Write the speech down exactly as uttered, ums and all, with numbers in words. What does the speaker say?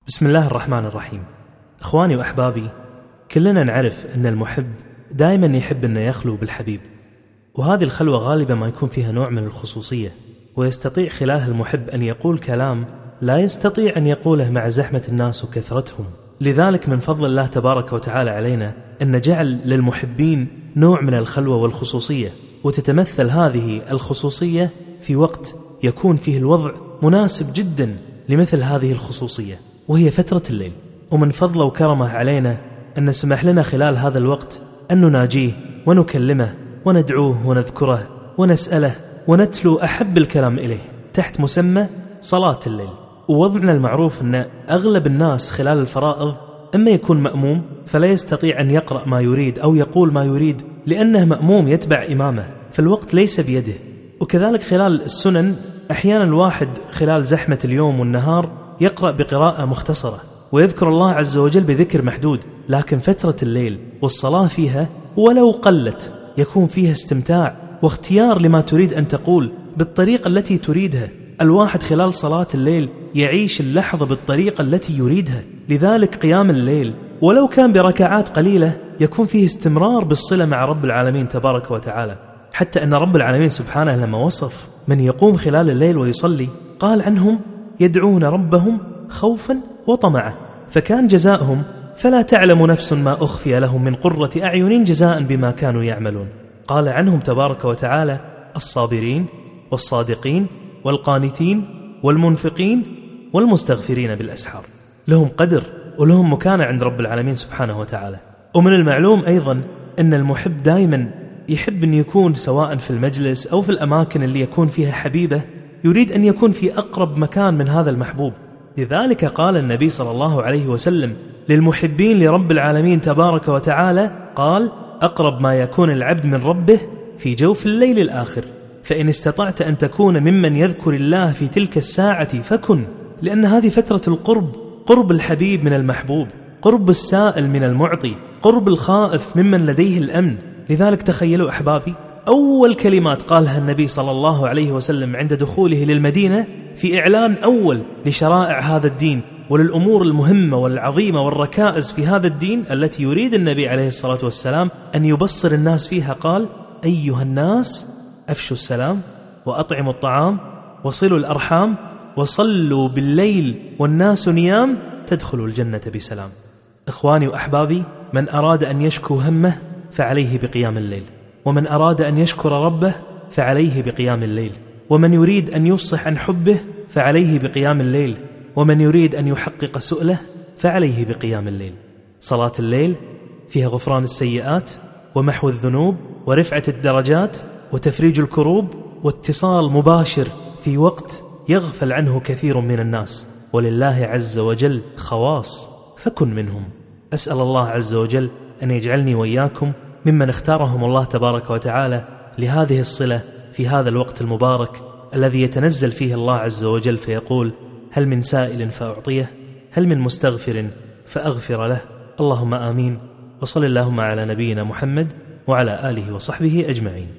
بسم الله الرحمن الرحيم. إخواني وأحبابي، كلنا نعرف أن المحب دائما يحب أن يخلو بالحبيب، وهذه الخلوة غالبا ما يكون فيها نوع من الخصوصية، ويستطيع خلالها المحب أن يقول كلام لا يستطيع أن يقوله مع زحمة الناس وكثرتهم. لذلك من فضل الله تبارك وتعالى علينا أن جعل للمحبين نوع من الخلوة والخصوصية، وتتمثل هذه الخصوصية في وقت يكون فيه الوضع مناسب جدا لمثل هذه الخصوصية، وهي فترة الليل. ومن فضله وكرمه علينا أن سمح لنا خلال هذا الوقت أن نناجيه ونكلمه وندعوه ونذكره ونسأله ونتلو أحب الكلام إليه تحت مسمى صلاة الليل. ووضعنا المعروف أن أغلب الناس خلال الفرائض إما يكون مأموم فلا يستطيع أن يقرأ ما يريد أو يقول ما يريد لأنه مأموم يتبع إمامه، فالوقت ليس بيده. وكذلك خلال السنن أحيانا الواحد خلال زحمة اليوم والنهار يقرأ بقراءة مختصرة ويذكر الله عز وجل بذكر محدود، لكن فترة الليل والصلاة فيها ولو قلت يكون فيها استمتاع واختيار لما تريد أن تقول بالطريقة التي تريدها. الواحد خلال صلاة الليل يعيش اللحظة بالطريقة التي يريدها. لذلك قيام الليل ولو كان بركعات قليلة يكون فيه استمرار بالصلة مع رب العالمين تبارك وتعالى، حتى أن رب العالمين سبحانه لما وصف من يقوم خلال الليل ويصلي قال عنهم يدعون ربهم خوفا وطمعا، فكان جزاؤهم فلا تعلم نفس ما أخفي لهم من قرة أعين جزاء بما كانوا يعملون. قال عنهم تبارك وتعالى الصابرين والصادقين والقانتين والمنفقين والمستغفرين بالأسحار، لهم قدر ولهم مكانة عند رب العالمين سبحانه وتعالى. ومن المعلوم أيضا أن المحب دائما يحب أن يكون سواء في المجلس أو في الأماكن اللي يكون فيها حبيبه يريد أن يكون في أقرب مكان من هذا المحبوب. لذلك قال النبي صلى الله عليه وسلم للمحبين لرب العالمين تبارك وتعالى قال أقرب ما يكون العبد من ربه في جوف الليل الآخر، فإن استطعت أن تكون ممن يذكر الله في تلك الساعة فكن، لأن هذه فترة القرب، قرب الحبيب من المحبوب، قرب السائل من المعطي، قرب الخائف ممن لديه الأمن. لذلك تخيلوا أحبابي أول كلمات قالها النبي صلى الله عليه وسلم عند دخوله للمدينة في إعلان أول لشرائع هذا الدين وللأمور المهمة والعظيمة والركائز في هذا الدين التي يريد النبي عليه الصلاة والسلام أن يبصر الناس فيها، قال أيها الناس أفشوا السلام وأطعموا الطعام وصلوا الأرحام وصلوا بالليل والناس نيام تدخلوا الجنة بسلام. إخواني وأحبابي، من أراد أن يشكو همه فعليه بقيام الليل، ومن أراد أن يشكر ربه فعليه بقيام الليل، ومن يريد أن يفصح عن حبه فعليه بقيام الليل، ومن يريد أن يحقق سؤله فعليه بقيام الليل. صلاة الليل فيها غفران السيئات ومحو الذنوب ورفعة الدرجات وتفريج الكروب واتصال مباشر في وقت يغفل عنه كثير من الناس، ولله عز وجل خواص فكن منهم. أسأل الله عز وجل أن يجعلني وإياكم ممن اختارهم الله تبارك وتعالى لهذه الصلة في هذا الوقت المبارك الذي يتنزل فيه الله عز وجل فيقول هل من سائل فأعطيه، هل من مستغفر فأغفر له. اللهم آمين، وصل اللهم على نبينا محمد وعلى آله وصحبه أجمعين.